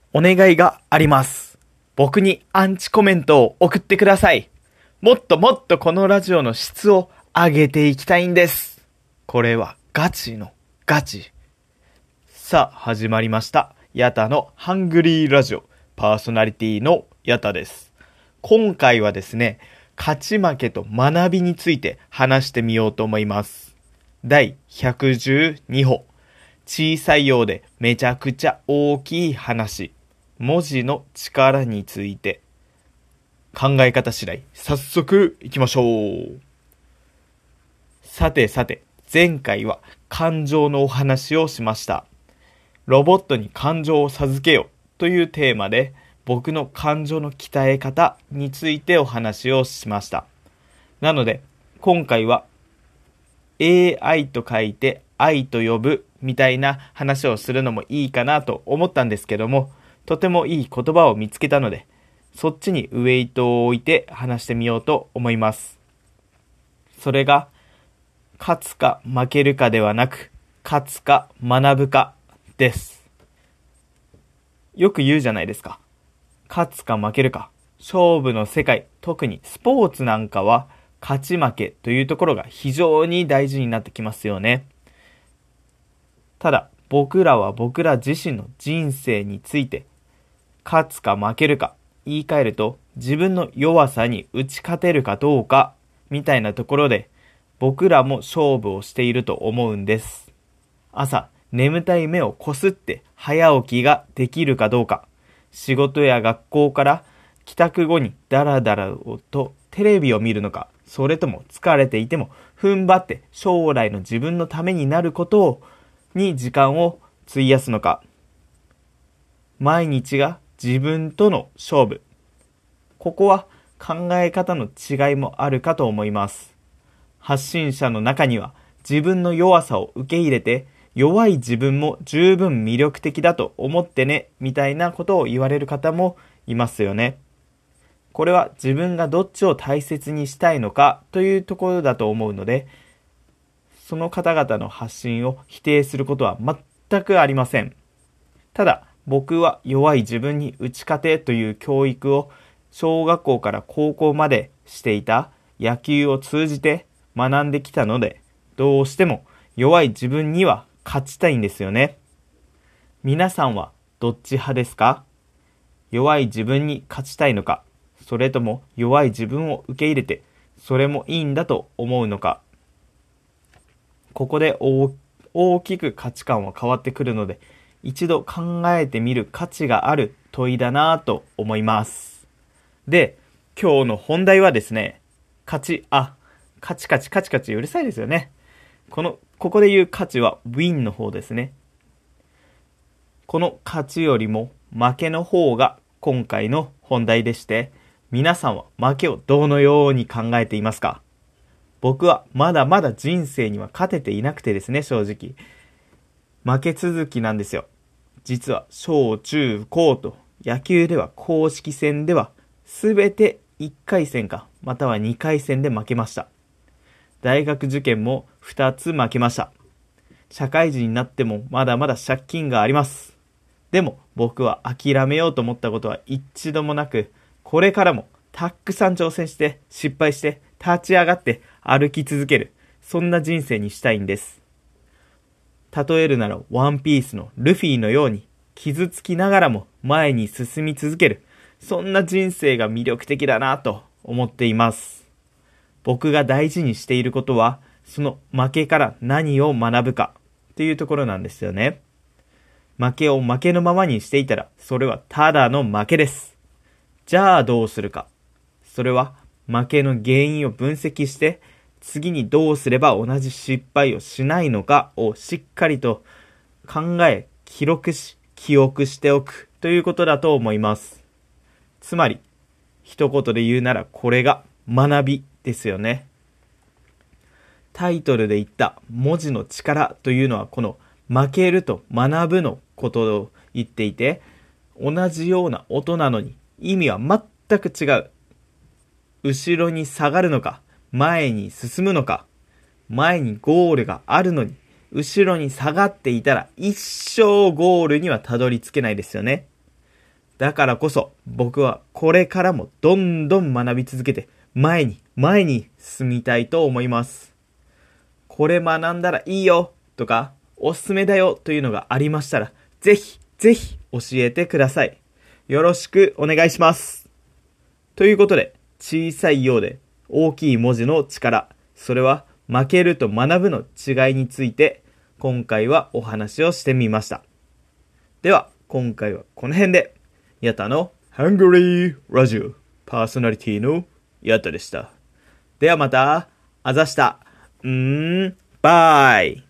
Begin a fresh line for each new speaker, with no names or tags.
お願いがあります。僕にアンチコメントを送ってください。もっともっとこのラジオの質を上げていきたいんです。これはガチのガチ。さあ始まりました。ヤタのハングリーラジオ、パーソナリティのヤタです。今回はですね、勝ち負けと学びについて話してみようと思います。第112歩。小さいようでめちゃくちゃ大きい話。文字の力について。考え方次第、早速行きましょう。さて、前回は感情のお話をしました。ロボットに感情を授けよというテーマで、僕の感情の鍛え方についてお話をしました。なので、今回は AI と書いて愛と呼ぶみたいな話をするのもいいかなと思ったんですけども、とてもいい言葉を見つけたので、そっちにウェイトを置いて話してみようと思います。それが、勝つか負けるかではなく、勝つか学ぶかです。よく言うじゃないですか。勝つか負けるか。勝負の世界、特にスポーツなんかは、勝ち負けというところが非常に大事になってきますよね。ただ、僕らは僕ら自身の人生について、勝つか負けるか、言い換えると自分の弱さに打ち勝てるかどうかみたいなところで僕らも勝負をしていると思うんです。朝、眠たい目をこすって早起きができるかどうか、仕事や学校から帰宅後にダラダラとテレビを見るのか、それとも疲れていても踏ん張って将来の自分のためになることに時間を費やすのか、毎日が自分との勝負。ここは考え方の違いもあるかと思います。発信者の中には自分の弱さを受け入れて、弱い自分も十分魅力的だと思ってね、みたいなことを言われる方もいますよね。これは自分がどっちを大切にしたいのかというところだと思うので、その方々の発信を否定することは全くありません。ただ、僕は弱い自分に打ち勝てという教育を小学校から高校までしていた野球を通じて学んできたので、どうしても弱い自分には勝ちたいんですよね。皆さんはどっち派ですか？弱い自分に勝ちたいのか、それとも弱い自分を受け入れてそれもいいんだと思うのか。ここで大きく価値観は変わってくるので、一度考えてみる価値がある問いだなと思います。で、今日の本題はですね、カチカチうるさいですよね。ここで言う価値はウィンの方ですね。この勝ちよりも負けの方が今回の本題でして、皆さんは負けをどのように考えていますか？僕はまだまだ人生には勝てていなくてですね、正直。負け続きなんですよ。実は小中高と野球では公式戦ではすべて1回戦かまたは2回戦で負けました。大学受験も2つ負けました。社会人になってもまだまだ借金があります。でも僕は諦めようと思ったことは一度もなく、これからもたくさん挑戦して失敗して立ち上がって歩き続ける、そんな人生にしたいんです。例えるならワンピースのルフィのように傷つきながらも前に進み続ける、そんな人生が魅力的だなと思っています。僕が大事にしていることは、その負けから何を学ぶかっていうところなんですよね。負けを負けのままにしていたら、それはただの負けです。じゃあどうするか。それは負けの原因を分析して、次にどうすれば同じ失敗をしないのかをしっかりと考え、記録し、記憶しておくということだと思います。つまり、一言で言うならこれが学びですよね。タイトルで言った文字の力というのはこの負けると学ぶのことを言っていて、同じような音なのに意味は全く違う。後ろに下がるのか、前に進むのか、前にゴールがあるのに後ろに下がっていたら一生ゴールにはたどり着けないですよね。 だからこそ僕はこれからもどんどん学び続けて前に進みたいと思います。これ学んだらいいよとかおすすめだよというのがありましたらぜひ教えてください。よろしくお願いします。ということで小さいようで大きい文字の力、それは負けると学ぶの違いについて今回はお話をしてみました。では今回はこの辺で、ヤタのハングリーラジオパーソナリティのヤタでした。ではまた、あざした。バイ。